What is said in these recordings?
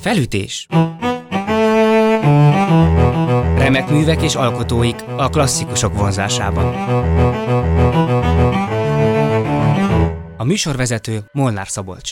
Felütés. Remek művek és alkotóik a klasszikusok vonzásában. A műsorvezető Molnár Szabolcs.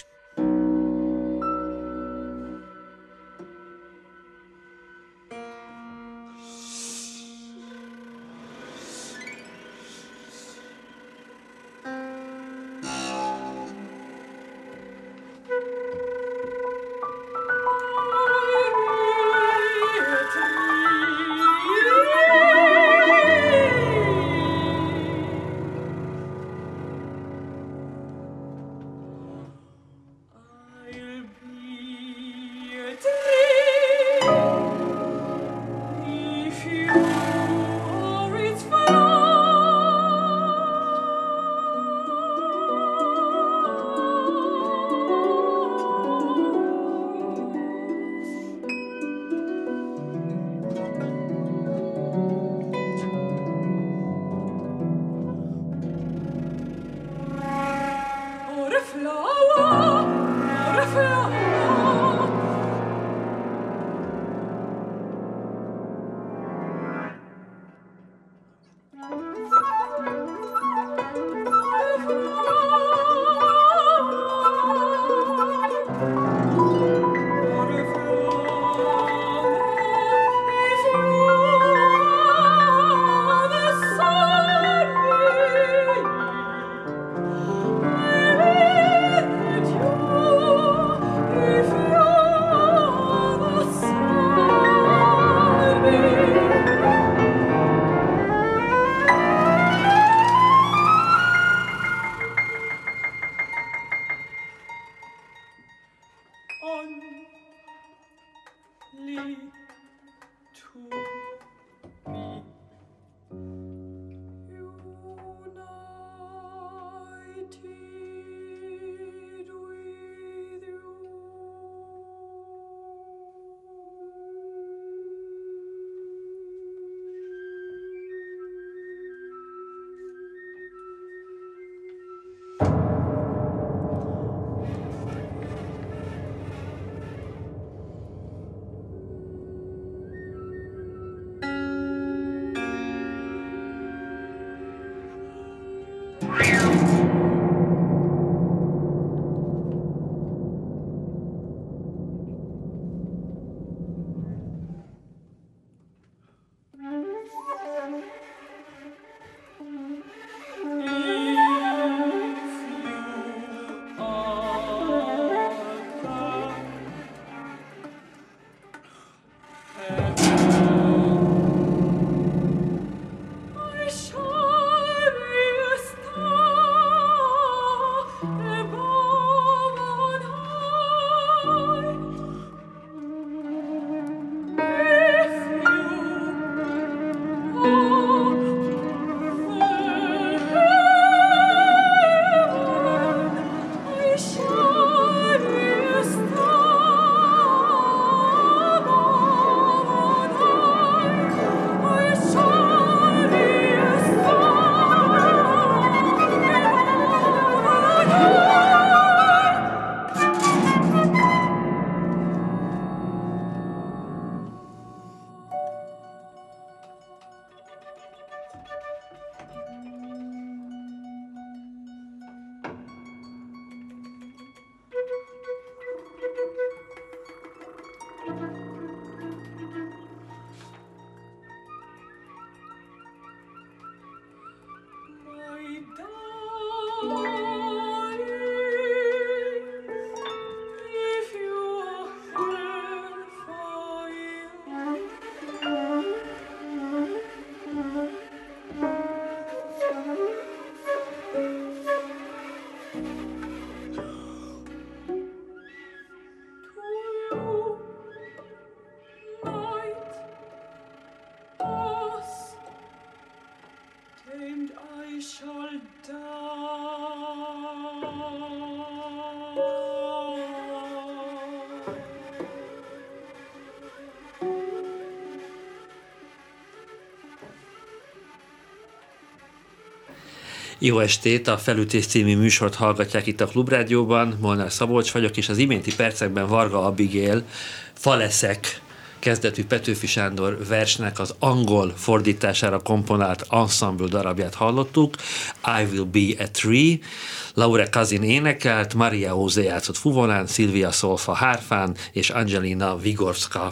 Jó estét! A Felütés című műsort hallgatják itt a Klubrádióban. Molnár Szabolcs vagyok, és az iménti percekben Varga Abigail Faleszek kezdetű Petőfi Sándor versnek az angol fordítására komponált ensemble darabját hallottuk. I Will Be a Tree. Laura Kazin énekelt, Maria Jose játszott fuvolán, Silvia Solfa hárfán, és Angelina Vigovska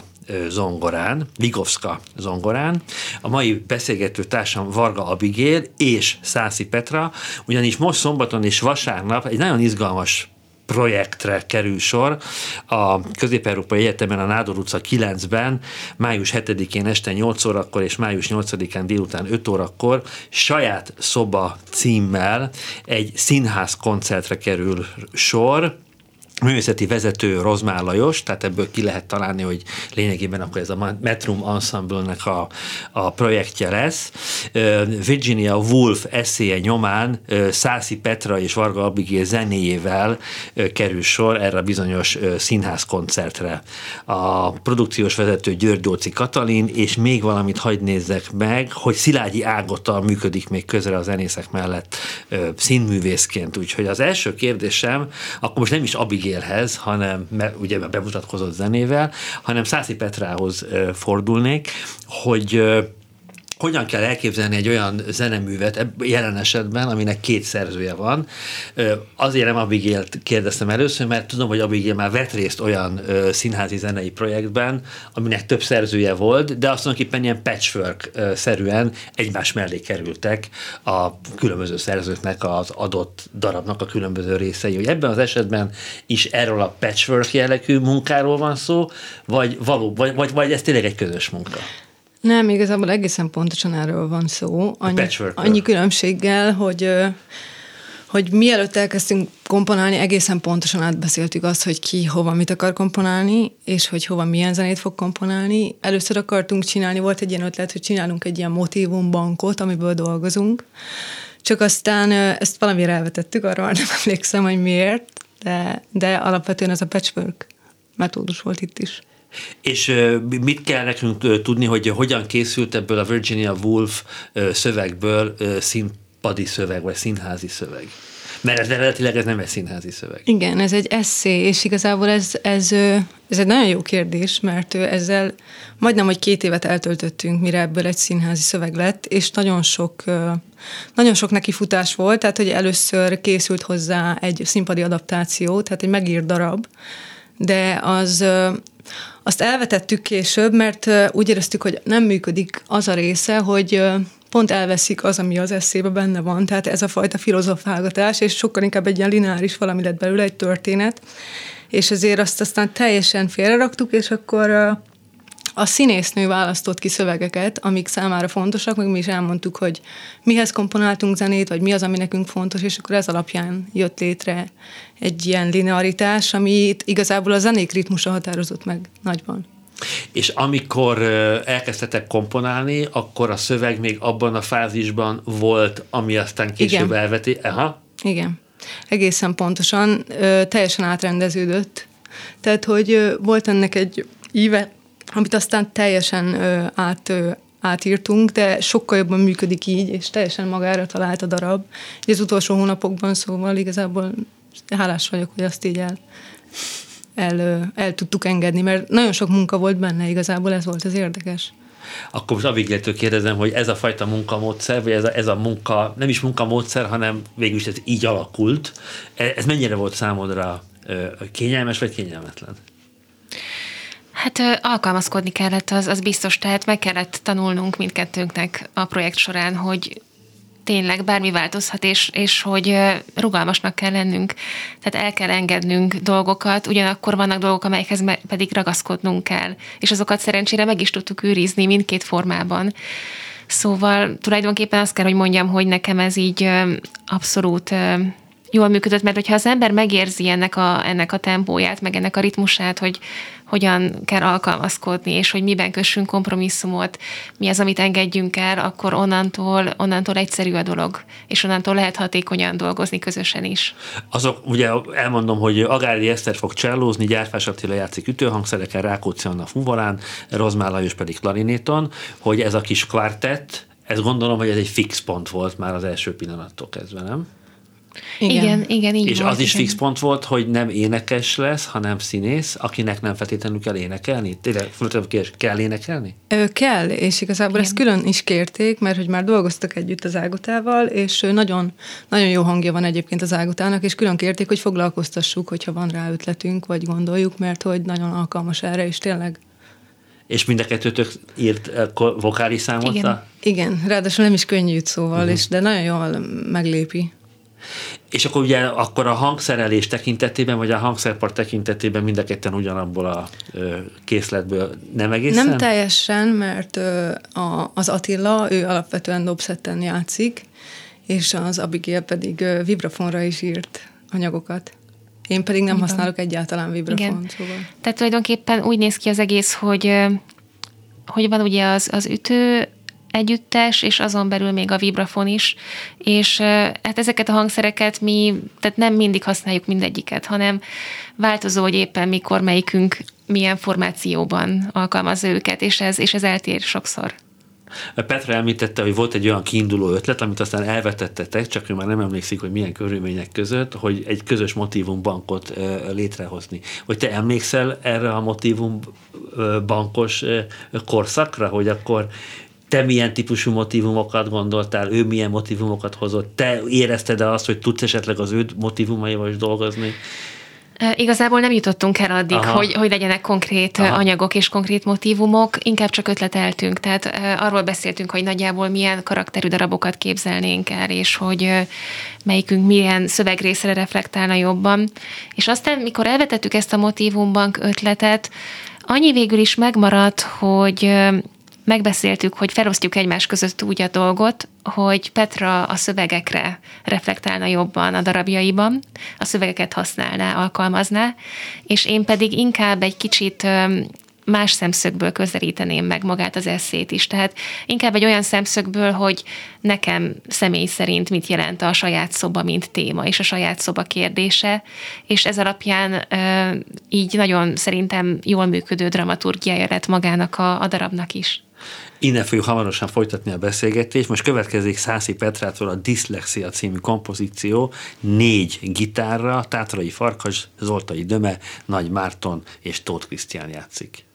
zongorán. A mai beszélgető társam Varga Abigail és Szászi Petra, ugyanis most szombaton és vasárnap egy nagyon izgalmas projektre kerül sor a Közép-Európai Egyetemen, a Nádor utca 9-ben, május 7-én este 8 órakor és május 8-án délután 5 órakor saját szoba címmel egy színház koncertre kerül sor. Művészeti vezető Rozmár Lajos, tehát ebből ki lehet találni, hogy lényegében akkor ez a Metrum Ensemble-nek a projektje lesz. Virginia Woolf eszéje nyomán Szászi Petra és Varga Abigail zenéjével kerül sor erre a bizonyos színházkoncertre. A produkciós vezető Györgyóci Katalin, és még valamit hadd nézzek meg, hogy Szilágyi Ágota működik még közre a zenészek mellett színművészként. Úgyhogy az első kérdésem, akkor most nem is Abigailhez, hanem ugye bemutatkozott zenével, hanem Szászi Petrához fordulnék, hogy hogyan kell elképzelni egy olyan zeneművet jelen esetben, aminek két szerzője van. Azért nem Abigailt kérdeztem először, mert tudom, hogy Abigail már vett részt olyan színházi zenei projektben, aminek több szerzője volt, de azt tulajdonképpen ilyen patchwork-szerűen egymás mellé kerültek a különböző szerzőknek az adott darabnak a különböző részei. Hogy ebben az esetben is erről a patchwork jellegű munkáról van szó, vagy ez tényleg egy közös munka? Nem, igazából egészen pontosan erről van szó. Annyi különbséggel, hogy mielőtt elkezdtünk komponálni, egészen pontosan átbeszéltük azt, hogy ki hova mit akar komponálni, és hogy hova milyen zenét fog komponálni. Először akartunk csinálni, volt egy ilyen ötlet, hogy csinálunk egy ilyen motívumbankot, amiből dolgozunk. Csak aztán ezt valamire elvetettük, arra már nem emlékszem, hogy miért, de alapvetően ez a patchwork metódus volt itt is. És mit kell nekünk tudni, hogy hogyan készült ebből a Virginia Woolf szövegből színpadi szöveg, vagy színházi szöveg? Mert eredetileg ez nem egy színházi szöveg. Igen, ez egy esszé, és igazából ez egy nagyon jó kérdés, mert ezzel majdnem, hogy 2 évet eltöltöttünk, mire ebből egy színházi szöveg lett, és nagyon sok nekifutás volt, tehát hogy először készült hozzá egy színpadi adaptáció, tehát egy megírt darab, de azt elvetettük később, mert úgy éreztük, hogy nem működik az a része, hogy pont elveszik az, ami az eszébe benne van, tehát ez a fajta filozofálgatás, és sokkal inkább egy ilyen lineáris valami lett belőle, egy történet, és ezért azt aztán teljesen félreraktuk, és akkor a színésznő választott ki szövegeket, amik számára fontosak, meg mi is elmondtuk, hogy mihez komponáltunk zenét, vagy mi az, ami nekünk fontos, és akkor ez alapján jött létre egy ilyen linearitás, amit igazából a zenék ritmusa határozott meg nagyban. És amikor elkezdtetek komponálni, akkor a szöveg még abban a fázisban volt, ami aztán később elveti? Aha. Igen, egészen pontosan, teljesen átrendeződött. Tehát, hogy volt ennek egy íve, amit aztán teljesen átírtunk, de sokkal jobban működik így, és teljesen magára talált a darab. Az utolsó hónapokban, szóval igazából hálás vagyok, hogy azt így el tudtuk engedni, mert nagyon sok munka volt benne, igazából ez volt az érdekes. Akkor most Abigailtől kérdezem, hogy ez a fajta munkamódszer, vagy ez a munka, nem is munkamódszer, hanem végülis ez így alakult. Ez mennyire volt számodra kényelmes, vagy kényelmetlen? Hát alkalmazkodni kellett, az biztos, tehát meg kellett tanulnunk mindkettőnknek a projekt során, hogy tényleg bármi változhat, és hogy rugalmasnak kell lennünk, tehát el kell engednünk dolgokat, ugyanakkor vannak dolgok, amelyekhez pedig ragaszkodnunk kell, és azokat szerencsére meg is tudtuk őrizni mindkét formában. Szóval tulajdonképpen azt kell, hogy mondjam, hogy nekem ez így abszolút jól működött, mert hogyha az ember megérzi ennek a tempóját, meg ennek a ritmusát, hogy hogyan kell alkalmazkodni, és hogy miben kössünk kompromisszumot, mi az, amit engedjünk el, akkor onnantól egyszerű a dolog, és onnantól lehet hatékonyan dolgozni közösen is. Azok, ugye elmondom, hogy Agári Eszter fog csellózni, Gyárfás Attila játszik ütőhangszereken, Rákóczi Anna fuvolán, Rozmár Lajos pedig klarinéton, hogy ez a kis kvartett, Ez gondolom, hogy ez egy fix pont volt már az első pillanattól kezdve, nem? Igen, így és volt, az is igen. fix pont volt, hogy nem énekes lesz, hanem színész, akinek nem feltétlenül kell énekelni? Tényleg kell énekelni? Kell, és igazából ezt külön is kérték, mert hogy már dolgoztak együtt az Ágotával, és nagyon, nagyon jó hangja van egyébként az Ágotának, és külön kérték, hogy foglalkoztassuk, hogyha van rá ötletünk, vagy gondoljuk, mert hogy nagyon alkalmas erre, és tényleg. És mind a kettőtök írt vokális számot? Igen, ráadásul nem is könnyű szóval, de nagyon jól meglépi. És akkor ugye akkor a hangszerelés tekintetében, vagy a hangszerpart tekintetében mind a ketten ugyanabból a készletből nem egészen? Nem teljesen, mert az Attila, ő alapvetően dobszetten játszik, és az Abigail pedig vibrafonra is írt anyagokat. Én pedig nem használok egyáltalán vibrafont. Szóval. Tehát tulajdonképpen úgy néz ki az egész, hogy van ugye az ütő együttes, és azon belül még a vibrafon is, és hát ezeket a hangszereket mi, tehát nem mindig használjuk mindegyiket, hanem változó, hogy éppen mikor melyikünk milyen formációban alkalmazza őket, és ez eltér sokszor. Petra említette, hogy volt egy olyan kiinduló ötlet, amit aztán elvetettetek, csak ő már nem emlékszik, hogy milyen körülmények között, hogy egy közös motívumbankot létrehozni. Hogy te emlékszel erre a motívumbankos korszakra, hogy akkor te milyen típusú motívumokat gondoltál, ő milyen motívumokat hozott, te érezted-e azt, hogy tudsz esetleg az ő motívumaival is dolgozni? Igazából nem jutottunk el addig, hogy legyenek konkrét anyagok és konkrét motívumok, inkább csak ötleteltünk. Tehát arról beszéltünk, hogy nagyjából milyen karakterű darabokat képzelnénk el, és hogy melyikünk milyen szövegrészre reflektálna jobban. És aztán, mikor elvetettük ezt a motívumbank ötletet, annyi végül is megmaradt, hogy megbeszéltük, hogy felosztjuk egymás között úgy a dolgot, hogy Petra a szövegekre reflektálna jobban a darabjaiban, a szövegeket használná, alkalmazná, és én pedig inkább egy kicsit más szemszögből közelíteném meg magát az esszét is. Tehát inkább egy olyan szemszögből, hogy nekem személy szerint mit jelent a saját szoba, mint téma, és a saját szoba kérdése, és ez alapján így nagyon szerintem jól működő dramaturgiája lett magának a darabnak is. Innen fogjuk hamarosan folytatni a beszélgetést. Most következik Szászi Petrától a Diszlexia című kompozíció 4 gitárra, Tátrai Farkas, Zoltai Döme, Nagy Márton és Tóth Krisztián játszik.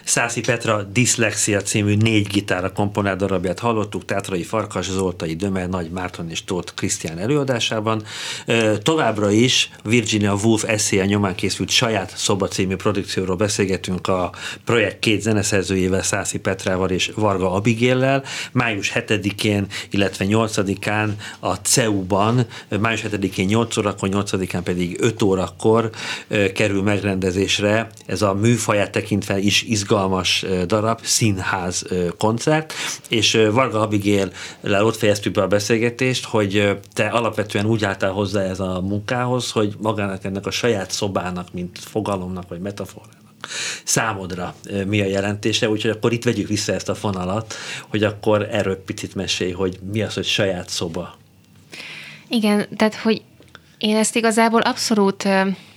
Szászi Petra Diszlexia című 4 gitárra komponált darabját hallottuk Tátrai Farkas, Zoltai Döme, Nagy Márton és Tóth Krisztián előadásában. Továbbra is Virginia Woolf eszéje nyomán készült Saját szoba című produkcióról beszélgetünk a projekt 2 zeneszerzőjével, Szászi Petrával és Varga Abigaillel. Május 7-én, illetve 8-án a CEU-ban, május 7-én 8 órakor, 8-án pedig 5 órakor kerül megrendezésre ez a műfaját tekintve is izgalmas darab, színház koncert, és Varga Abigaillel ott fejeztük be a beszélgetést, hogy te alapvetően úgy álltál hozzá ez a munkához, hogy magának ennek a saját szobának, mint fogalomnak, vagy metaforának számodra mi a jelentése, úgyhogy akkor itt vegyük vissza ezt a fonalat, hogy akkor erről picit mesélj, hogy mi az, hogy saját szoba. Igen, tehát, hogy én ezt igazából abszolút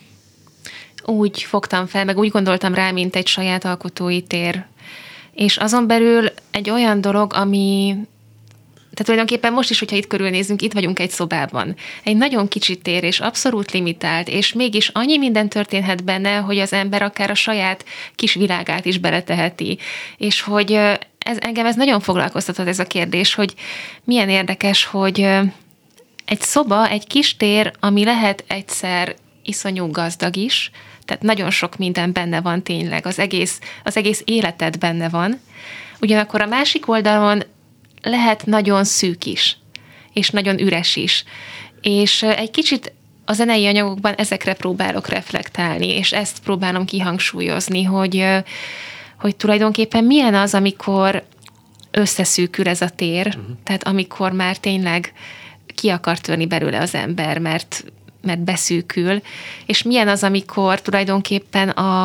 úgy fogtam fel, meg úgy gondoltam rá, mint egy saját alkotói tér. És azon belül egy olyan dolog, ami... Tehát tulajdonképpen most is, hogyha itt körülnézünk, itt vagyunk egy szobában. Egy nagyon kicsi tér, és abszolút limitált, és mégis annyi minden történhet benne, hogy az ember akár a saját kis világát is beleteheti. És hogy engem ez nagyon foglalkoztatott ez a kérdés, hogy milyen érdekes, hogy egy szoba, egy kis tér, ami lehet egyszer iszonyú gazdag is, tehát nagyon sok minden benne van tényleg, az egész életed benne van. Ugyanakkor a másik oldalon lehet nagyon szűk is, és nagyon üres is. És egy kicsit a zenei anyagokban ezekre próbálok reflektálni, és ezt próbálom kihangsúlyozni, hogy tulajdonképpen milyen az, amikor összeszűkül ez a tér, tehát amikor már tényleg ki akar törni belőle az ember, mert beszűkül, és milyen az, amikor tulajdonképpen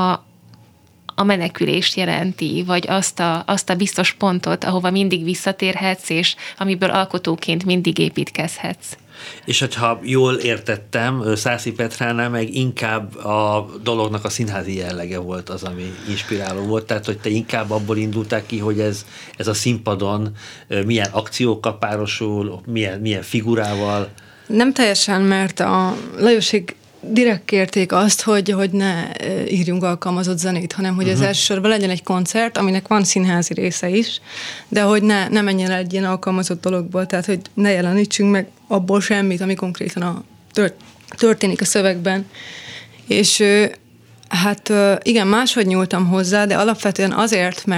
a menekülést jelenti, vagy azt a biztos pontot, ahova mindig visszatérhetsz, és amiből alkotóként mindig építkezhetsz. És hogyha jól értettem, Szászi Petránál meg inkább a dolognak a színházi jellege volt az, ami inspiráló volt, tehát hogy te inkább abból indultál ki, hogy ez a színpadon milyen akciókkal párosul, milyen figurával. Nem teljesen, mert a Lajosék direkt kérték azt, hogy ne írjunk alkalmazott zenét, hanem hogy az elsősorban legyen egy koncert, aminek van színházi része is, de hogy ne menjen el egy ilyen alkalmazott dologból, tehát hogy ne jelenítsünk meg abból semmit, ami konkrétan történik a szövegben. És hát igen, máshogy nyúltam hozzá, de alapvetően azért,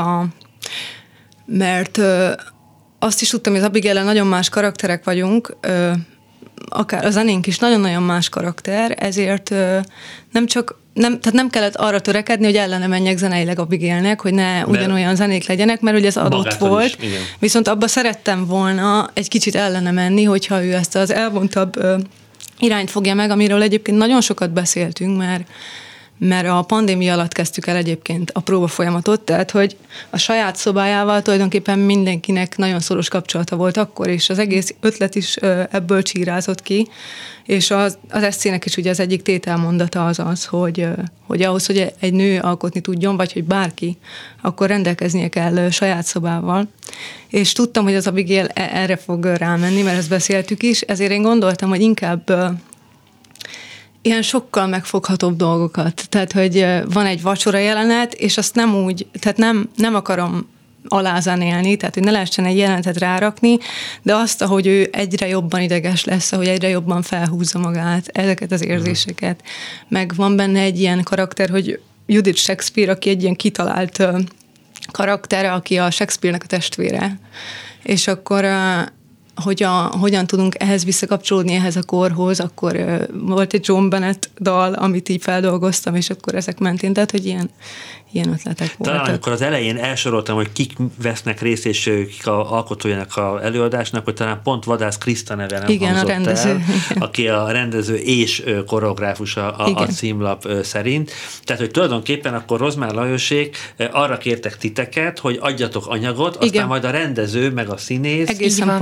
mert azt is tudtam, hogy az Abigail-en nagyon más karakterek vagyunk, akár a zenénk is nagyon-nagyon más karakter, ezért tehát nem kellett arra törekedni, hogy ellene menjek zeneileg Abigailnek, hogy ne ugyanolyan zenék legyenek, mert ugye ez adott volt. Is, viszont abba szerettem volna egy kicsit ellene menni, hogyha ő ezt az elvontabb irányt fogja meg, amiről egyébként nagyon sokat beszéltünk, mert a pandémia alatt kezdtük el egyébként a próba folyamatot, tehát hogy a saját szobájával tulajdonképpen mindenkinek nagyon szoros kapcsolata volt akkor, és az egész ötlet is ebből csírázott ki, és az eszének is ugye az egyik tételmondata az, hogy ahhoz, hogy egy nő alkotni tudjon, vagy hogy bárki, akkor rendelkeznie kell saját szobával. És tudtam, hogy az Abigail erre fog rámenni, mert ezt beszéltük is, ezért én gondoltam, hogy inkább ilyen sokkal megfoghatóbb dolgokat. Tehát, hogy van egy vacsora jelenet, és azt nem úgy, tehát nem akarom alázenélni, tehát, hogy ne lehessen egy jelenetet rárakni, de azt, ahogy ő egyre jobban ideges lesz, ahogy egyre jobban felhúzza magát, ezeket az érzéseket. Meg van benne egy ilyen karakter, hogy Judith Shakespeare, aki egy ilyen kitalált karakter, aki a Shakespeare-nek a testvére. És akkor hogyan tudunk ehhez visszakapcsolódni, ehhez a korhoz, akkor volt egy John Bennett dal, amit így feldolgoztam, és akkor ezek mentén, tehát, hogy ilyen ötletek voltak. Talán amikor az elején elsoroltam, hogy kik vesznek részt, és kik a alkotójának a előadásnak, hogy talán pont Vadász Kriszta neve nem hangzott el, igen. Aki a rendező és koreográfusa a címlap szerint. Tehát, hogy tulajdonképpen akkor Rozmár Lajosék arra kértek titeket, hogy adjatok anyagot, aztán majd a rendező meg a színész egészen pontosan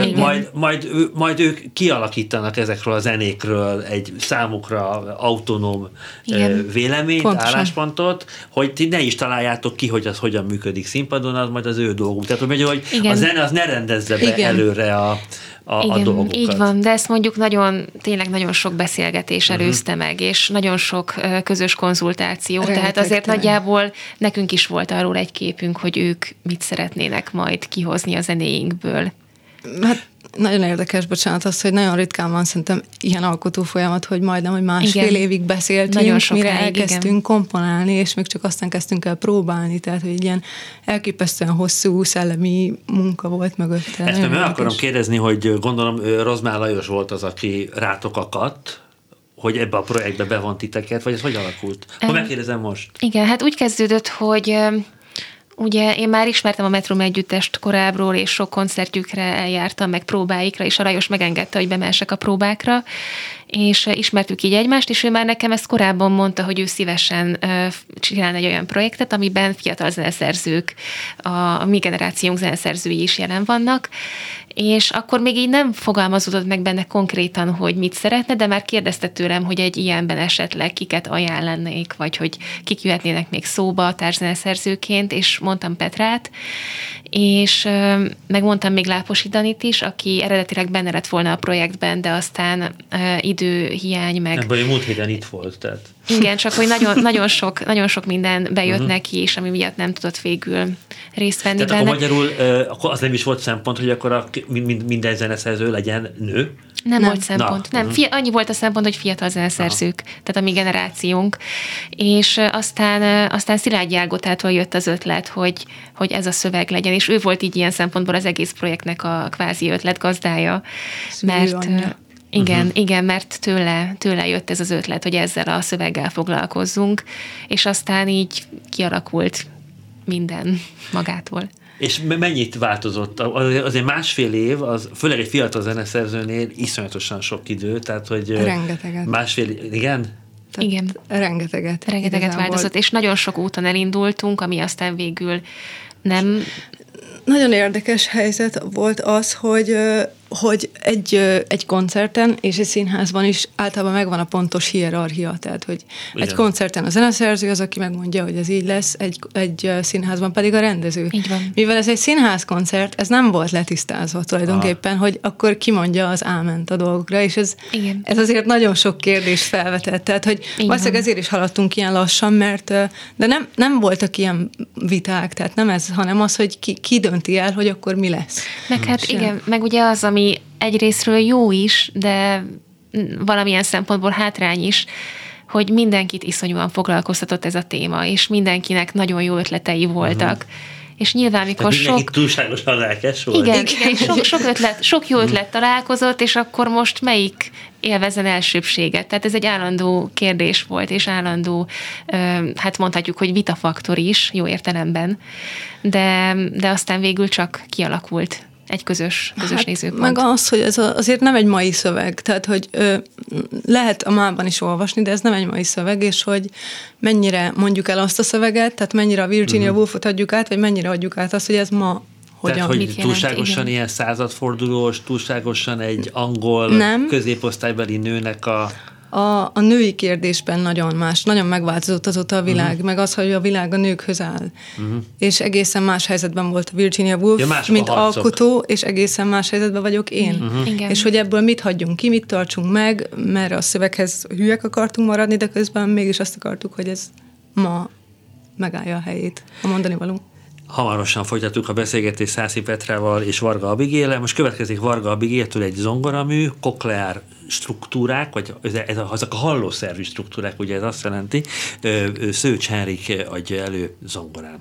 majd ők kialakítanak ezekről a zenékről egy számukra autonóm véleményt, pontosan. Álláspontot, hogy ti ne is találjátok ki, hogy az hogyan működik színpadon, az majd az ő dolguk. Tehát, hogy a zene az ne rendezze be előre a dolgokat. Így van, de ezt mondjuk tényleg nagyon sok beszélgetés előzte meg, és nagyon sok közös konzultáció, tehát azért nagyjából nekünk is volt arról egy képünk, hogy ők mit szeretnének majd kihozni a zenéinkből. Hát nagyon érdekes, bocsánat, az, hogy nagyon ritkán van szerintem ilyen alkotó folyamat, hogy majdnem, hogy másfél évig beszéltünk, mire elkezdtünk komponálni, és még csak aztán kezdtünk el próbálni, tehát hogy ilyen elképesztően hosszú szellemi munka volt mögötte. Ezt meg akarom kérdezni, hogy gondolom Rozmár Lajos volt az, aki rátok akadt, hogy ebbe a projektbe bevont titeket, vagy ez hogy alakult? Megkérdezem most. Igen, hát úgy kezdődött, hogy ugye én már ismertem a Metrum együttest korábbról, és sok koncertjükre eljártam, meg próbáikra, és a Lajos megengedte, hogy bemehessek a próbákra, és ismertük így egymást, és ő már nekem ezt korábban mondta, hogy ő szívesen csinál egy olyan projektet, amiben fiatal zeneszerzők, a mi generációnk zeneszerzői is jelen vannak, és akkor még így nem fogalmazódott meg benne konkrétan, hogy mit szeretne, de már kérdezte tőlem, hogy egy ilyenben esetleg kiket ajánlanék, vagy hogy kik jöhetnének még szóba társzeneszerzőként, és mondtam Petrát, és megmondtam még Láposi Danit is, aki eredetileg benne lett volna a projektben, de aztán időhiány meg... Ebből múlt héten itt volt, tehát... Igen, csak hogy nagyon sok minden bejött neki, és ami miatt nem tudott végül részt venni tehát benne. akkor magyarul akkor az nem is volt szempont, hogy akkor minden zeneszerző legyen nő? Nem volt szempont. Nem, annyi volt a szempont, hogy fiatal zeneszerzők, tehát a mi generációnk. És aztán Szilágyi Ágotától jött az ötlet, hogy ez a szöveg legyen, és ő volt így ilyen szempontból az egész projektnek a kvázi ötletgazdája, mert... Igen, mert tőle jött ez az ötlet, hogy ezzel a szöveggel foglalkozzunk, és aztán így kialakult minden magától. És mennyit változott? Azért másfél év, az főleg egy fiatal zeneszerzőnél iszonyatosan sok idő, tehát hogy... Rengeteget. Másfél, igen? Igen. Rengeteget változott, és nagyon sok úton elindultunk, ami aztán végül nem... Nagyon érdekes helyzet volt az, hogy egy koncerten és egy színházban is általában megvan a pontos hierarchia, tehát hogy egy koncerten a zeneszerző az, aki megmondja, hogy ez így lesz, egy színházban pedig a rendező. Így van. Mivel ez egy színházkoncert, ez nem volt letisztázva tulajdonképpen, hogy akkor ki mondja az áment a dolgokra, és ez azért nagyon sok kérdést felvetett, tehát hogy valószínűleg ezért is haladtunk ilyen lassan, mert de nem voltak ilyen viták, tehát nem ez, hanem az, hogy ki dönti el, hogy akkor mi lesz. Meg hát igen, meg ugye az, ami egyrészről jó is, de valamilyen szempontból hátrány is, hogy mindenkit iszonyúan foglalkoztatott ez a téma, és mindenkinek nagyon jó ötletei voltak. És nyilván, mikor mindenki túlságosan lelkes volt. Igen, sok jó ötlet találkozott, és akkor most melyik élvezzen elsőbséget? Tehát ez egy állandó kérdés volt, és állandó, hát mondhatjuk, hogy vitafaktor is, jó értelemben, de aztán végül csak kialakult egy közös nézőpont. Meg az, hogy ez azért nem egy mai szöveg, tehát hogy lehet a mában is olvasni, de ez nem egy mai szöveg, és hogy mennyire mondjuk el azt a szöveget, tehát mennyire a Virginia Woolfot adjuk át, vagy mennyire adjuk át azt, hogy ez ma hogyan. Tehát, hogy túlságosan ilyen századfordulós, túlságosan egy angol középosztálybeli nőnek a női kérdésben nagyon más, nagyon megváltozott azóta a világ, meg az, hogy a világ a nőkhöz áll. És egészen más helyzetben volt a Virginia Woolf, mint alkotó, és egészen más helyzetben vagyok én. És hogy ebből mit hagyjunk ki, mit tartsunk meg, mert a szöveghez hülyek akartunk maradni, de közben mégis azt akartuk, hogy ez ma megállja a helyét, a mondani való. Hamarosan folytatjuk a beszélgetést Szászi Petrával és Varga Abigéllel. Most következik Varga Abigéltől egy zongoramű, kokleár struktúrák, vagy azok a hallószervű struktúrák, ugye ez azt jelenti, Szőcs Henrik adja elő zongorán.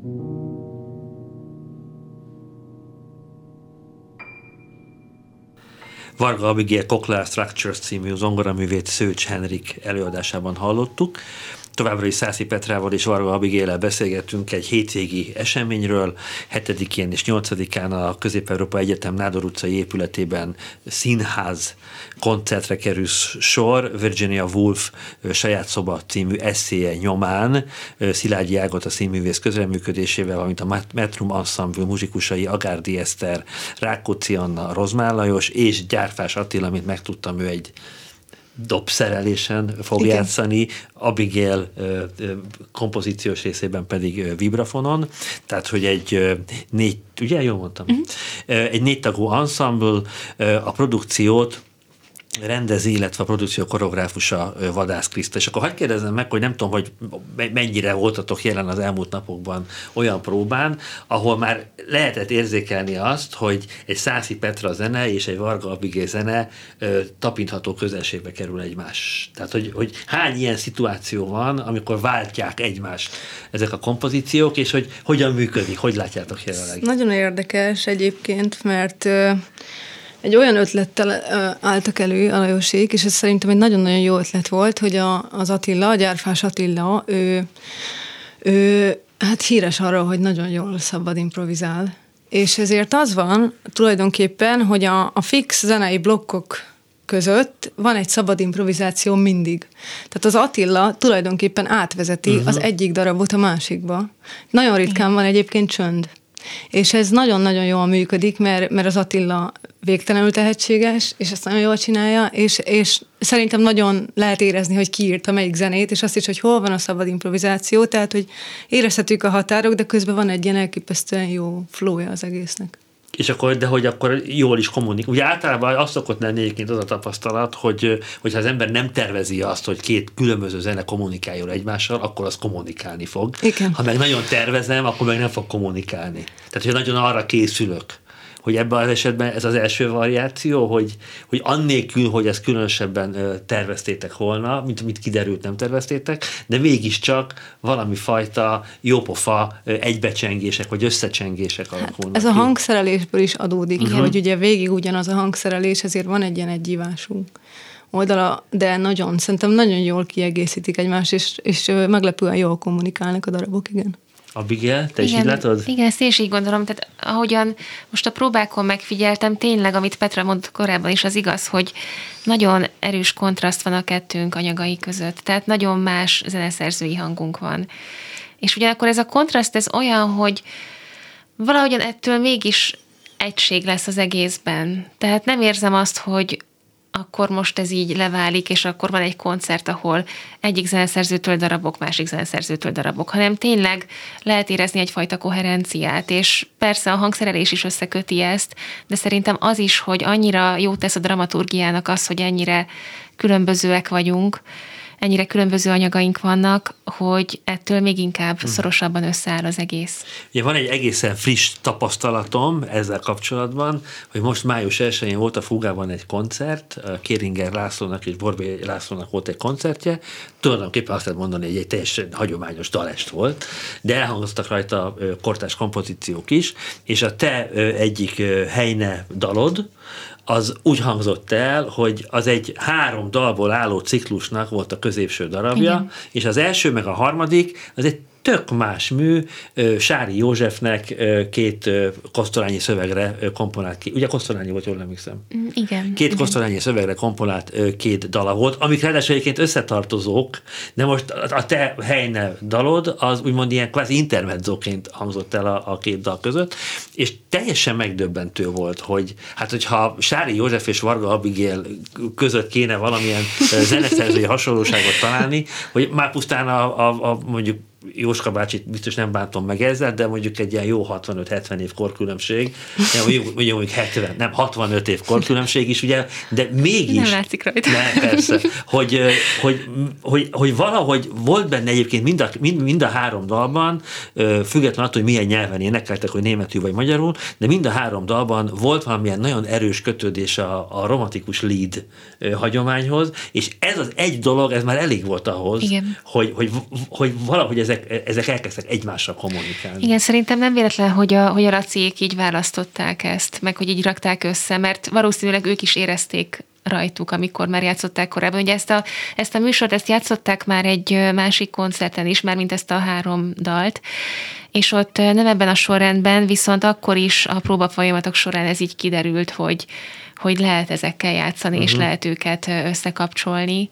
Varga Abigail Cochlear Structures című zongoraművét Szőcs Henrik előadásában hallottuk. Továbbra is Szászi Petrával és Varga Abigaillel beszélgettünk egy hétvégi eseményről. 7-én és 8-án a Közép-Európa Egyetem Nádor utcai épületében színház koncertre kerül sor. Virginia Woolf Saját szoba című esszéje nyomán Szilágyi Ágota színművész közreműködésével, valamint a Metrum Ensemble muzsikusai Agárdi Eszter, Rákóczi Anna, Rozmár Lajos és Gyárfás Attila, mint megtudtam, ő egy dobszerelésen fog játszani, Abigail kompozíciós részében pedig vibrafonon, tehát hogy egy ugye jól mondtam? Egy 4 tagú ensemble, a produkciót rendezi, illetve a produkció koreográfusa Vadász Kriszta. És akkor hadd kérdezzem meg, hogy nem tudom, hogy mennyire voltatok jelen az elmúlt napokban olyan próbán, ahol már lehetett érzékelni azt, hogy egy Szászi Petra zene és egy Varga Abigail zene tapintható közelségbe kerül egymás. Tehát, hogy hány ilyen szituáció van, amikor váltják egymást ezek a kompozíciók, és hogy hogyan működik, hogy látjátok jelenleg? Nagyon érdekes egyébként, mert egy olyan ötlettel álltak elő a Lajosék, és ez szerintem egy nagyon-nagyon jó ötlet volt, hogy az Attila, a Gyárfás Attila, ő hát híres arról, hogy nagyon jól szabad improvizál. És ezért az van tulajdonképpen, hogy a fix zenei blokkok között van egy szabad improvizáció mindig. Tehát az Attila tulajdonképpen átvezeti az egyik darabot a másikba. Nagyon ritkán van egyébként csönd. És ez nagyon-nagyon jól működik, mert az Attila végtelenül tehetséges, és ezt nagyon jól csinálja, és szerintem nagyon lehet érezni, hogy ki írta melyik zenét, és azt is, hogy hol van a szabad improvizáció, tehát, hogy érezhetők a határok, de közben van egy ilyen elképesztően jó flowja az egésznek. És akkor, de hogy akkor jól is kommunikál. Ugye általában azt szokott lenni egyébként az a tapasztalat, hogyha az ember nem tervezi azt, hogy két különböző zene kommunikáljon egymással, akkor az kommunikálni fog. Igen. Ha meg nagyon tervezem, akkor meg nem fog kommunikálni. Tehát, hogy nagyon arra készülök, hogy ebben az esetben ez az első variáció, hogy annélkül, hogy ezt különösebben terveztétek volna, mint kiderült, nem terveztétek, de mégiscsak valami fajta jópofa egybecsengések, vagy összecsengések alakulnak. Ez a hangszerelésből is adódik, hogy ugye végig ugyanaz a hangszerelés, ezért van egy ilyen egyívású oldala, de szerintem nagyon jól kiegészítik egymást, és meglepően jól kommunikálnak a darabok, igen. Abigail, te is így látod? Igen, ezt én is így gondolom. Tehát ahogyan most a próbákon megfigyeltem, tényleg, amit Petra mondta korábban is, az igaz, hogy nagyon erős kontraszt van a kettőnk anyagai között. Tehát nagyon más zeneszerzői hangunk van. És ugyanakkor ez a kontraszt, ez olyan, hogy valahogyan ettől mégis egység lesz az egészben. Tehát nem érzem azt, hogy akkor most ez így leválik, és akkor van egy koncert, ahol egyik zeneszerzőtől darabok, másik zeneszerzőtől darabok, hanem tényleg lehet érezni egyfajta koherenciát, és persze a hangszerelés is összeköti ezt, de szerintem az is, hogy annyira jót tesz a dramaturgiának az, hogy ennyire különbözőek vagyunk, ennyire különböző anyagaink vannak, hogy ettől még inkább szorosabban összeáll az egész. Ugye van egy egészen friss tapasztalatom ezzel kapcsolatban, hogy most május 1-én volt a Fugában egy koncert, Kéringer Lászlónak és Borbély Lászlónak volt egy koncertje, tulajdonképpen azt lehet mondani, hogy egy teljesen hagyományos dalest volt, de elhangoztak rajta kortárs kompozíciók is, és a te egyik Heine dalod, az úgy hangzott el, hogy az egy 3 dalból álló ciklusnak volt a középső darabja, igen. És az első meg a harmadik, az egy tök más mű, Sári Józsefnek 2 Kosztolányi szövegre komponált ki. Ugye Kosztolányi volt, jól emlékszem? Igen. 2 Kosztolányi szövegre komponált 2 dala volt, amik ráadásul egyébként összetartozók, de most a te Heine dalod, az úgymond ilyen kvázi intermedzóként hangzott el a 2 dal között, és teljesen megdöbbentő volt, hogy hát hogyha Sári József és Varga Abigail között kéne valamilyen zeneszerzői hasonlóságot találni, hogy már pusztán a mondjuk Jóska bácsit biztos nem bántom meg ezzel, de mondjuk egy ilyen jó 65-70 év korkülönbség, mondjuk 65 év korkülönbség is, ugye, de mégis... Nem látszik rajta. Ne, persze, hogy valahogy volt benne egyébként mind a 3 dalban, függetlenül attól, hogy milyen nyelven énekeltek, hogy németül vagy magyarul, de mind a 3 dalban volt valamilyen nagyon erős kötődés a romantikus lead hagyományhoz, és ez az egy dolog, ez már elég volt ahhoz, hogy valahogy ez ezek elkezdtek egymással kommunikálni. Igen, szerintem nem véletlen, hogy a Laciék így választották ezt, meg hogy így rakták össze, mert valószínűleg ők is érezték rajtuk, amikor már játszották korábban. Ugye ezt a műsort játszották már egy másik koncerten is, már mint ezt a 3 dalt, és ott nem ebben a sorrendben, viszont akkor is a próbafolyamatok során ez így kiderült, hogy lehet ezekkel játszani, és lehet őket összekapcsolni.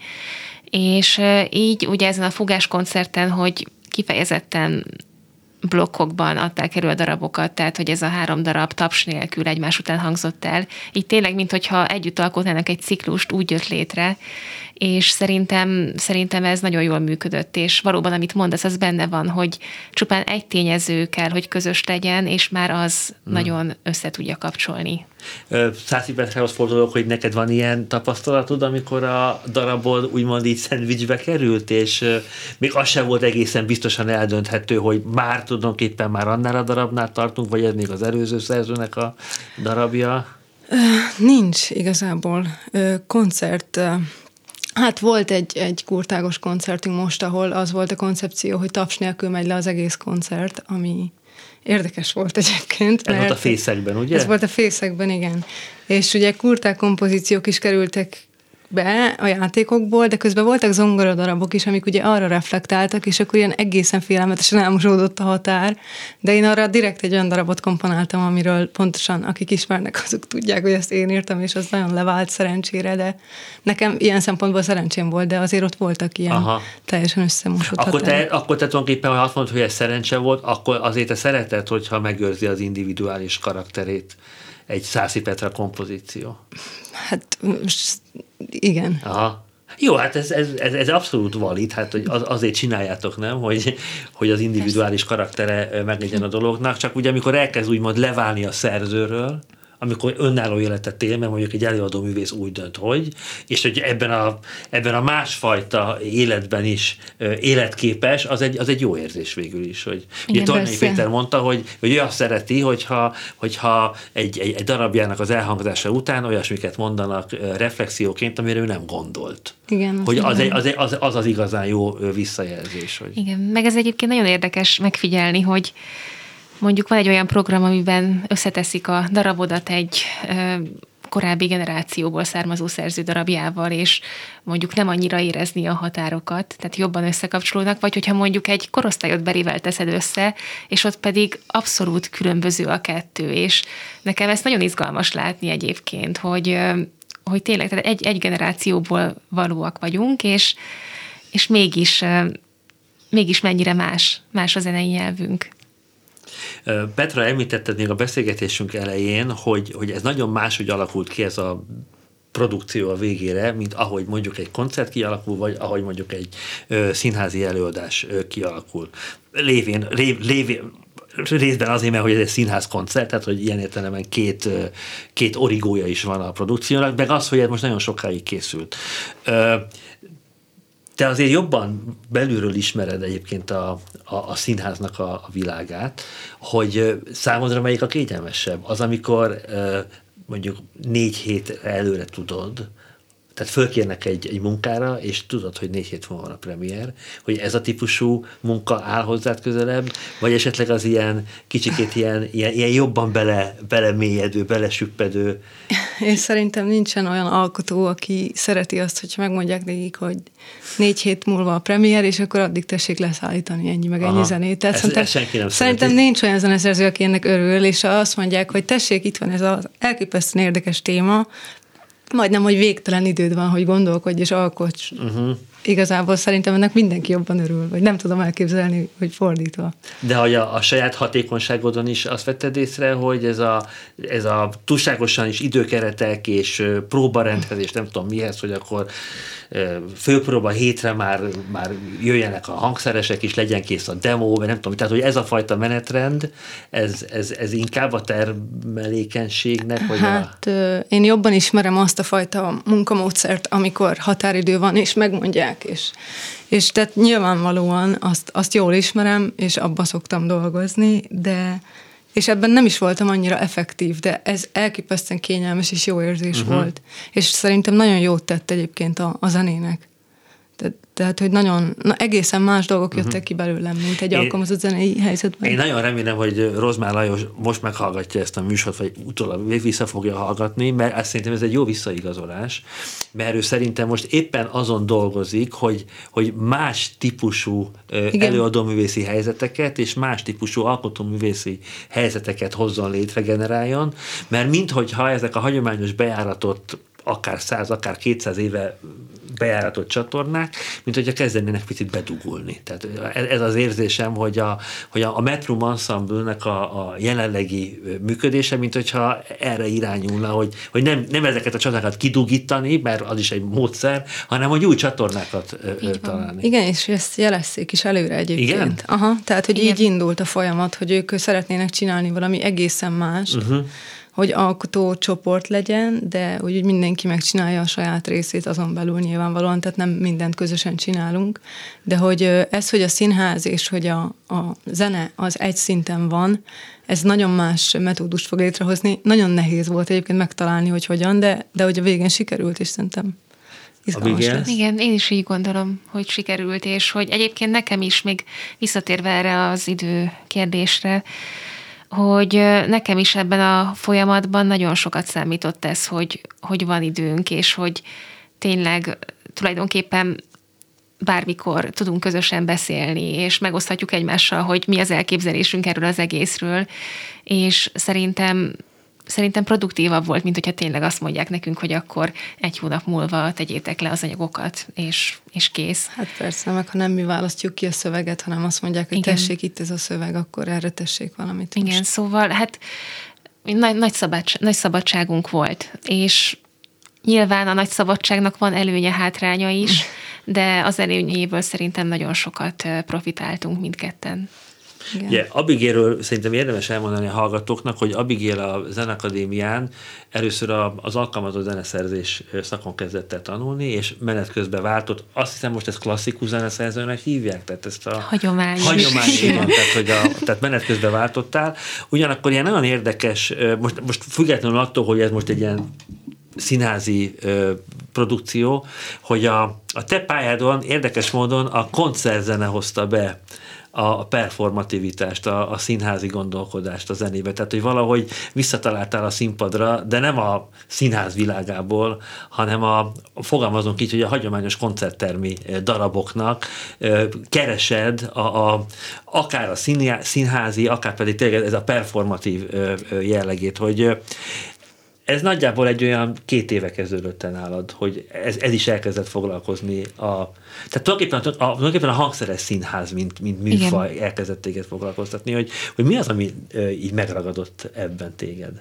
És így ugye ezen a Fugás koncerten, hogy kifejezetten blokkokban adták elő a darabokat, tehát hogy ez a 3 darab taps nélkül egymás után hangzott el. Így tényleg, minthogyha együtt alkotnának egy ciklust, úgy jött létre, és szerintem ez nagyon jól működött, és valóban, amit mondasz, az benne van, hogy csupán egy tényező kell, hogy közös legyen, és már az nagyon össze tudja kapcsolni. Szászi Petrához fordulok, hogy neked van ilyen tapasztalatod, amikor a darabod úgymond így szendvicsbe került, és még az sem volt egészen biztosan eldönthető, hogy már tulajdonképpen már annál a darabnál tartunk, vagy ez még az előző szerzőnek a darabja? Nincs igazából koncert. Hát volt egy kurtágos koncertünk most, ahol az volt a koncepció, hogy taps nélkül megy le az egész koncert, ami érdekes volt egyébként. Ez volt a Fészekben, ugye? Ez volt a Fészekben, igen. És ugye kurták kompozíciók is kerültek be a játékokból, de közben voltak zongoradarabok is, amik ugye arra reflektáltak, és akkor ilyen egészen félelmetesen elmosódott a határ, de én arra direkt egy olyan darabot komponáltam, amiről pontosan akik ismernek, azok tudják, hogy ezt én írtam, és az nagyon levált szerencsére, de nekem ilyen szempontból szerencsém volt, de azért ott voltak ilyen teljesen összemosott határok. Akkor te tulajdonképpen, ha azt mondod, hogy ez szerencse volt, akkor azért te szereted, hogyha megőrzi az individuális karakterét egy Szászi Petra kompozíció. Hát igen. Aha. Jó, hát ez abszolút valid, hát hogy azért csináljátok, nem, hogy az individuális karaktere meglegyen a dolognak, csak ugye amikor elkezd úgymond leválni a szerzőről, amikor önálló életet él, mert mondjuk egy előadó művész úgy dönt, és hogy ebben a másfajta életben is életképes, az egy jó érzés végül is. Hogy ugye Tornai Péter mondta, hogy ő azt szereti, hogyha egy darabjának az elhangzása után olyasmiket mondanak reflexióként, amire ő nem gondolt. Igen, hogy az igazán jó visszajelzés. Hogy... Igen, meg ez egyébként nagyon érdekes megfigyelni, hogy mondjuk van egy olyan program, amiben összeteszik a darabodat egy korábbi generációból származó szerző darabjával, és mondjuk nem annyira érezni a határokat, tehát jobban összekapcsolódnak, vagy hogyha mondjuk egy korosztályot berivel teszed össze, és ott pedig abszolút különböző a kettő, és nekem ezt nagyon izgalmas látni egyébként, hogy tényleg tehát egy generációból valóak vagyunk, és mégis mennyire más a zenei nyelvünk. Petra, említetted még a beszélgetésünk elején, hogy ez nagyon máshogy alakult ki ez a produkció a végére, mint ahogy mondjuk egy koncert kialakul, vagy ahogy mondjuk egy színházi előadás kialakul. Lévén részben azért, mert hogy ez egy színház koncert, tehát hogy ilyen értelemben két origója is van a produkciónak, meg az, hogy ez most nagyon sokáig készült. Te azért jobban belülről ismered egyébként a színháznak a világát, hogy számodra melyik a kényelmesebb? Az, amikor mondjuk 4 hét előre tudod, tehát fölkérnek egy munkára, és tudod, hogy 4 hét van a premier, hogy ez a típusú munka áll hozzád közelebb, vagy esetleg az ilyen kicsikét ilyen jobban belemélyedő, belesüppedő. Én szerintem nincsen olyan alkotó, aki szereti azt, hogy megmondják nekik, hogy 4 hét múlva a premier, és akkor addig tessék leszállítani ennyi meg ennyi zenét. Tehát szerintem nincs olyan zeneszerző, aki ennek örül, és azt mondják, hogy tessék, itt van ez az elképesztően érdekes téma, majdnem, hogy végtelen időd van, hogy gondolkodj és alkots. Igazából szerintem ennek mindenki jobban örül, vagy nem tudom elképzelni, hogy fordítva. De hogy a saját hatékonyságodon is azt vetted észre, hogy ez a túlságosan is időkeretek és próbarendezés, nem tudom mihez, hogy akkor főpróba hétre már jöjjenek a hangszeresek is, legyen kész a demo, vagy nem tudom, tehát hogy ez a fajta menetrend, ez inkább a termelékenységnek? Vagy én jobban ismerem azt a fajta munkamódszert, amikor határidő van, és megmondják, és tehát nyilvánvalóan azt jól ismerem, és abba szoktam dolgozni, és ebben nem is voltam annyira effektív, de ez elképesztően kényelmes és jó érzés volt. És szerintem nagyon jót tett egyébként a zenének. Tehát, hogy egészen más dolgok jöttek ki belőlem, mint egy alkalmazott zenei helyzetben. Én nagyon remélem, hogy Rozmár Lajos most meghallgatja ezt a műsort, vagy utólag vissza fogja hallgatni, mert azt szerintem ez egy jó visszaigazolás, mert ő szerintem most éppen azon dolgozik, hogy más típusú előadóművészi helyzeteket és más típusú alkotóművészi helyzeteket hozzon létre, generáljon, mert minthogyha ezek a hagyományos bejáratott akár 100, akár 200 éve bejáratott csatornák, mint hogyha kezdenének picit bedugulni. Tehát ez az érzésem, hogy a Metrum Ensemble-nek a jelenlegi működése, mint hogyha erre irányulna, hogy nem ezeket a csatornákat kidugítani, mert az is egy módszer, hanem hogy új csatornákat találni. Igen, és ezt jelezték is előre egyébként. Igen? Aha, tehát, hogy így indult a folyamat, hogy ők szeretnének csinálni valami egészen mást, hogy alkotócsoport legyen, de úgy mindenki megcsinálja a saját részét azon belül nyilvánvalóan, tehát nem mindent közösen csinálunk, de hogy ez, hogy a színház és hogy a zene az egy szinten van, ez nagyon más metódust fog létrehozni. Nagyon nehéz volt egyébként megtalálni, hogy hogyan, de hogy a végén sikerült, és szerintem izgalmas lesz. Igen, én is így gondolom, hogy sikerült, és hogy egyébként nekem is még visszatérve erre az idő kérdésre, hogy nekem is ebben a folyamatban nagyon sokat számított ez, hogy van időnk, és hogy tényleg tulajdonképpen bármikor tudunk közösen beszélni, és megoszthatjuk egymással, hogy mi az elképzelésünk erről az egészről, és szerintem produktívabb volt, mint hogyha tényleg azt mondják nekünk, hogy akkor 1 hónap múlva tegyétek le az anyagokat, és kész. Hát persze, meg ha nem mi választjuk ki a szöveget, hanem azt mondják, hogy igen, tessék itt ez a szöveg, akkor erre tessék valamit. Igen, most. Szóval hát nagy szabadságunk volt, és nyilván a nagy szabadságnak van előnye, hátránya is, de az előnyéből szerintem nagyon sokat profitáltunk mindketten. Yeah, Abigailről szerintem érdemes elmondani a hallgatóknak, hogy Abigail a Zeneakadémián először az alkalmazott zeneszerzés szakon kezdett el tanulni, és menet közben váltott. Azt hiszem, most ezt klasszikus zeneszerzőnek hívják, tehát ezt a hagyomány, tehát menet közben váltottál. Ugyanakkor ilyen nagyon érdekes, most függetlenül attól, hogy ez most egy ilyen színházi produkció, hogy a te pályádon érdekes módon a koncertzene hozta be a performativitást, a színházi gondolkodást a zenébe. Tehát, hogy valahogy visszataláltál a színpadra, de nem a színház világából, hanem fogalmazunk így, hogy a hagyományos koncerttermi daraboknak keresed akár a színházi, akár pedig tényleg ez a performatív jellegét, hogy ez nagyjából egy olyan 2 éve kezdődött nálad, hogy ez is elkezdett foglalkozni tehát tulajdonképpen a hangszeres színház, mint műfaj, igen, elkezdett téged foglalkoztatni, hogy mi az, ami így megragadott ebben téged?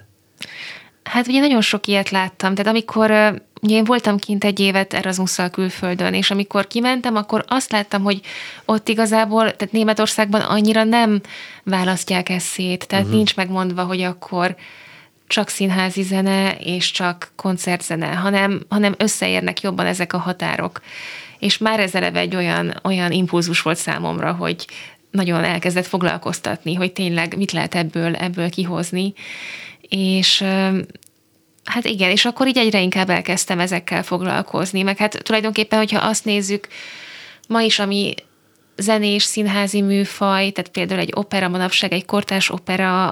Hát ugye nagyon sok ilyet láttam, tehát amikor ugye én voltam kint 1 évet Erasmusszal külföldön, és amikor kimentem, akkor azt láttam, hogy ott igazából, tehát Németországban annyira nem választják ezt szét, tehát nincs megmondva, hogy akkor csak színházi zene és csak koncertzene, hanem összeérnek jobban ezek a határok. És már ez eleve egy olyan impulzus volt számomra, hogy nagyon elkezdett foglalkoztatni, hogy tényleg mit lehet ebből kihozni. És hát igen, és akkor így egyre inkább elkezdtem ezekkel foglalkozni, meg hát tulajdonképpen, hogyha azt nézzük, ma is, ami zenés, színházi műfaj, tehát például egy opera manapság, egy kortárs opera,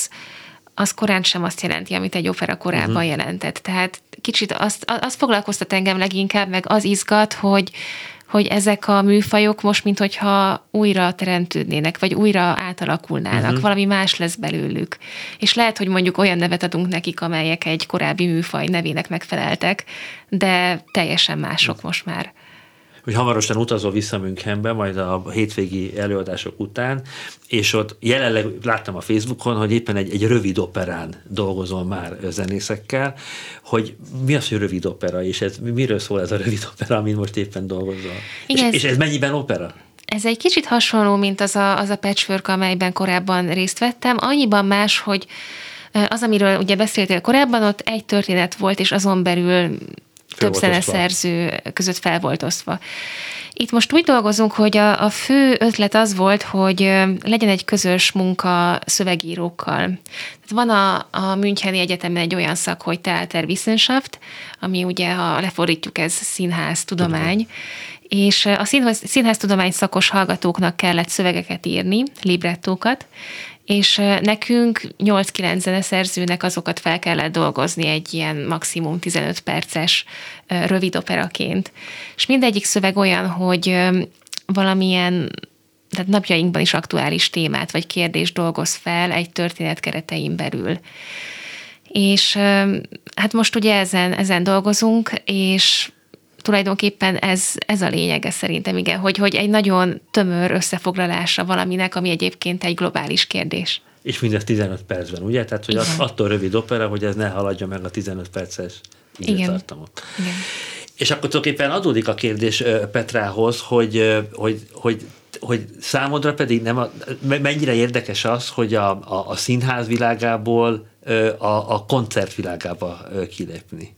az korán sem azt jelenti, amit egy opera korábban jelentett. Tehát kicsit azt foglalkoztat engem leginkább, meg az izgat, hogy ezek a műfajok most, minthogyha újra teremtődnének, vagy újra átalakulnának, valami más lesz belőlük. És lehet, hogy mondjuk olyan nevet adunk nekik, amelyek egy korábbi műfaj nevének megfeleltek, de teljesen mások most már. Hogy hamarosan utazol vissza Münchenbe, majd a hétvégi előadások után, és ott jelenleg láttam a Facebookon, hogy éppen egy rövid operán dolgozol már zenészekkel, hogy mi az, hogy rövid opera, és miről szól ez a rövid opera, amin most éppen dolgozol? És ez mennyiben opera? Ez egy kicsit hasonló, mint az a patchwork, amelyben korábban részt vettem. Annyiban más, hogy az, amiről ugye beszéltél korábban, ott egy történet volt, és azon belül több zeneszerző között fel volt osztva. Itt most úgy dolgozunk, hogy a fő ötlet az volt, hogy legyen egy közös munka szövegírókkal. Van a Müncheni Egyetemen egy olyan szak, hogy Theaterwissenschaft, ami ugye, ha lefordítjuk, ez színház, tudomány, és a színháztudomány szakos hallgatóknak kellett szövegeket írni, librettókat, és nekünk 8-9 zeneszerzőnek azokat fel kellett dolgozni egy ilyen maximum 15 perces rövid operaként. És mindegyik szöveg olyan, hogy valamilyen, tehát napjainkban is aktuális témát vagy kérdést dolgoz fel egy történet keretein belül. És hát most ugye ezen dolgozunk, és tulajdonképpen ez a lényege szerintem, igen, hogy egy nagyon tömör összefoglalása valaminek, ami egyébként egy globális kérdés. És mindez 15 percben, ugye? Tehát, hogy attól rövid opera, hogy ez ne haladja meg a 15 perces időtartamot. Igen. És akkor tulajdonképpen adódik a kérdés Petrához, hogy számodra pedig mennyire érdekes az, hogy a színház világából a koncert világába kilépni?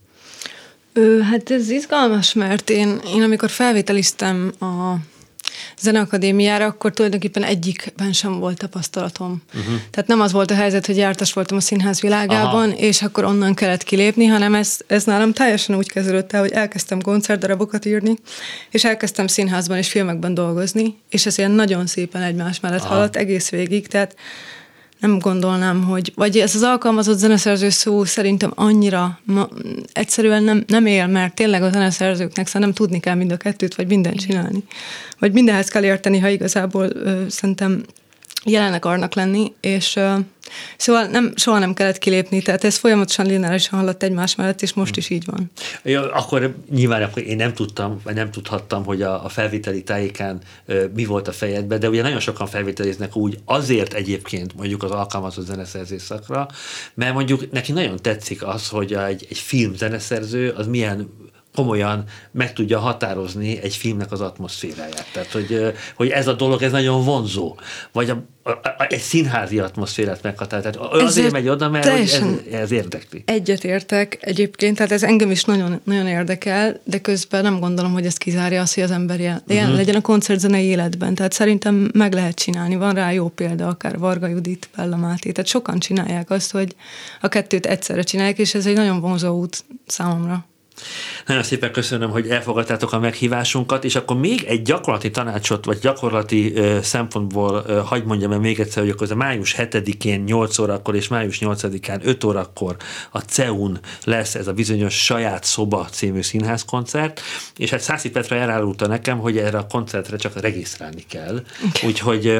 Hát ez izgalmas, mert én amikor felvételiztem a Zeneakadémiára, akkor tulajdonképpen egyikben sem volt tapasztalatom. Tehát nem az volt a helyzet, hogy jártas voltam a színház világában, és akkor onnan kellett kilépni, hanem ez nálam teljesen úgy kezdődött el, hogy elkezdtem koncertdarabokat írni, és elkezdtem színházban és filmekben dolgozni, és ez ilyen nagyon szépen egymás mellett haladt egész végig, tehát nem gondolnám, vagy ez az alkalmazott zeneszerző szó szerintem annyira egyszerűen nem él, mert tényleg a zeneszerzőknek szerintem tudni kell mind a kettőt, vagy mindent csinálni. Vagy mindenhez kell érteni, ha igazából szerintem jelen akarnak lenni, és szóval soha nem kellett kilépni, tehát ez folyamatosan lineárisan haladt egymás mellett, és most is így van. Ja, akkor nyilván én nem tudtam, vagy nem tudhattam, hogy a felvételi tájékán mi volt a fejedben, de ugye nagyon sokan felvételiznek úgy azért egyébként mondjuk az alkalmazott zeneszerzés szakra, mert mondjuk neki nagyon tetszik az, hogy egy film zeneszerző az milyen komolyan meg tudja határozni egy filmnek az atmoszféráját. Tehát, hogy ez a dolog, ez nagyon vonzó. Vagy egy színházi atmoszférát meghatározza. Tehát azért megy oda, mert ez érdekli. Egyetértek egyébként, tehát ez engem is nagyon, nagyon érdekel, de közben nem gondolom, hogy ez kizárja azt, hogy az ember legyen a koncertzenei életben. Tehát szerintem meg lehet csinálni. Van rá jó példa, akár Varga Judit, Bella Máté. Tehát sokan csinálják azt, hogy a kettőt egyszerre csinálják, és ez egy nagyon vonzó út számomra. Nagyon szépen köszönöm, hogy elfogadtátok a meghívásunkat, és akkor még egy gyakorlati tanácsot, vagy gyakorlati szempontból hagyd mondjam el még egyszer, hogy akkor a május 7-én 8 órakor és május 8-án 5 órakor a CEUN lesz ez a bizonyos Saját Szoba című színházkoncert, és hát Szászi Petra elárulta nekem, hogy erre a koncertre csak regisztrálni kell. Úgyhogy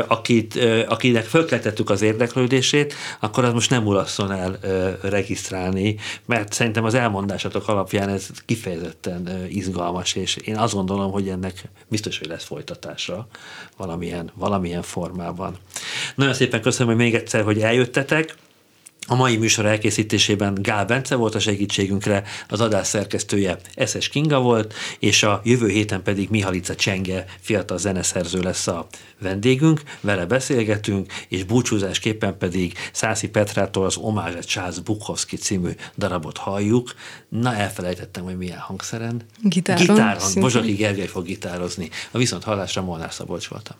akinek fölkeltettük az érdeklődését, akkor az most nem ulasszon el regisztrálni, mert szerintem az elmondásatok alapján ez kifejezetten izgalmas, és én azt gondolom, hogy ennek biztos, hogy lesz folytatása valamilyen formában. Nagyon szépen köszönöm, hogy még egyszer, hogy eljöttetek. A mai műsor elkészítésében Gál Bence volt a segítségünkre, az adás szerkesztője Eszes Kinga volt, és a jövő héten pedig Mihalica Csenge fiatal zeneszerző lesz a vendégünk, vele beszélgetünk, és búcsúzásképpen pedig Szászi Petrától az Omázse Charles Bukowski című darabot halljuk. Na, elfelejtettem, hogy milyen hangszeren. Gitárhang. Bozsoki Gergely fog gitározni. A viszont hallásra Molnár Szabolcs voltam.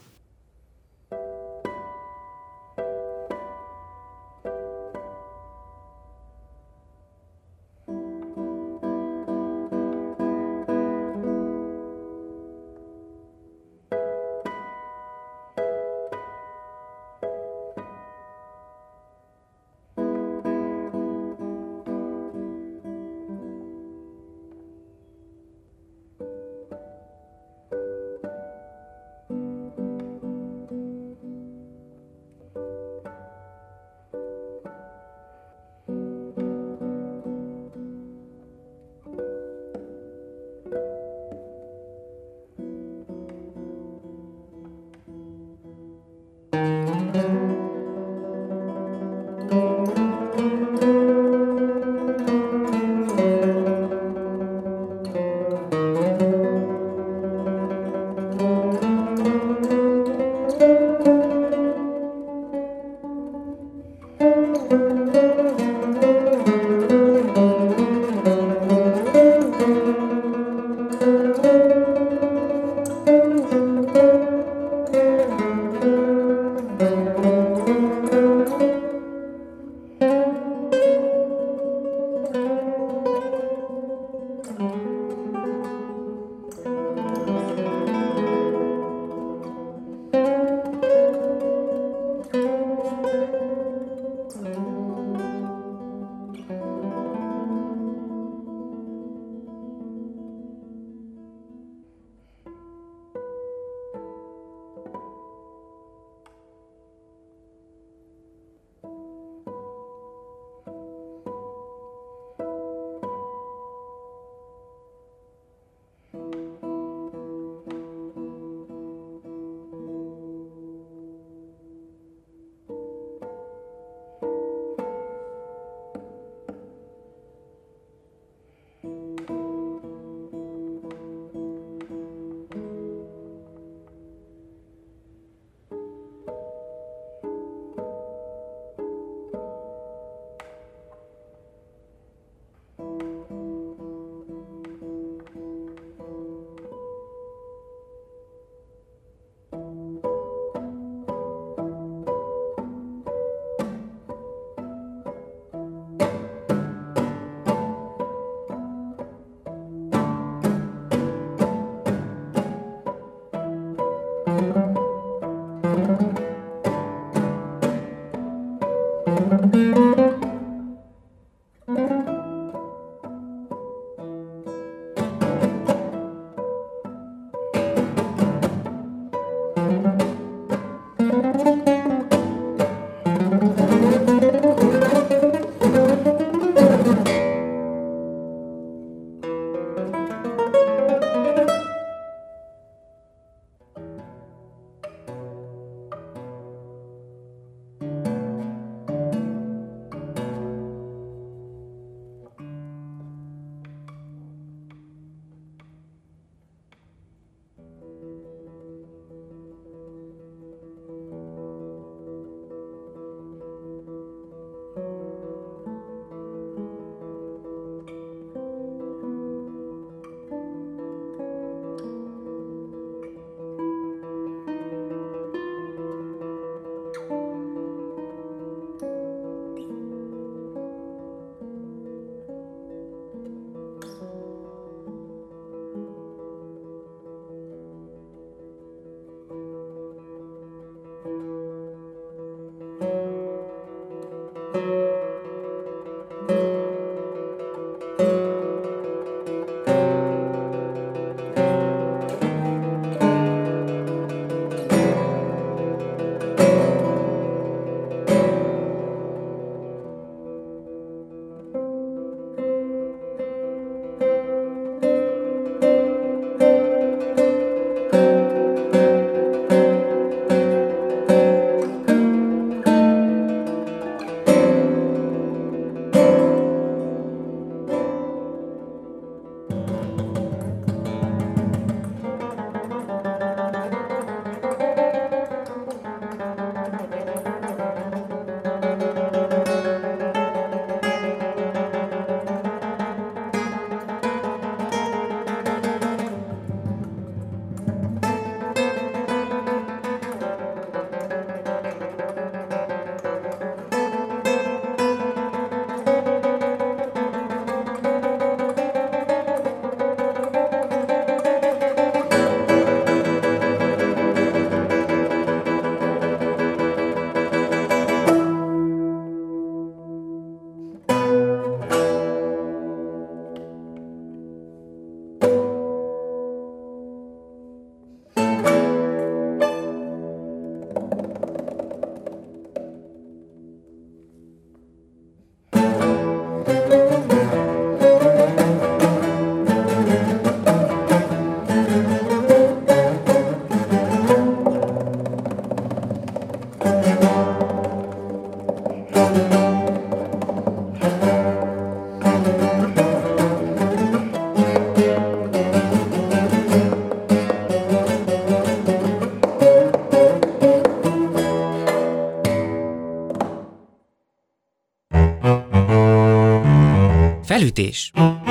Felütés.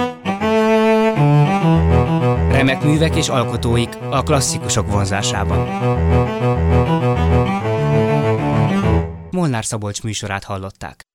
Remek művek és alkotóik a klasszikusok vonzásában. Molnár Szabolcs műsorát hallották.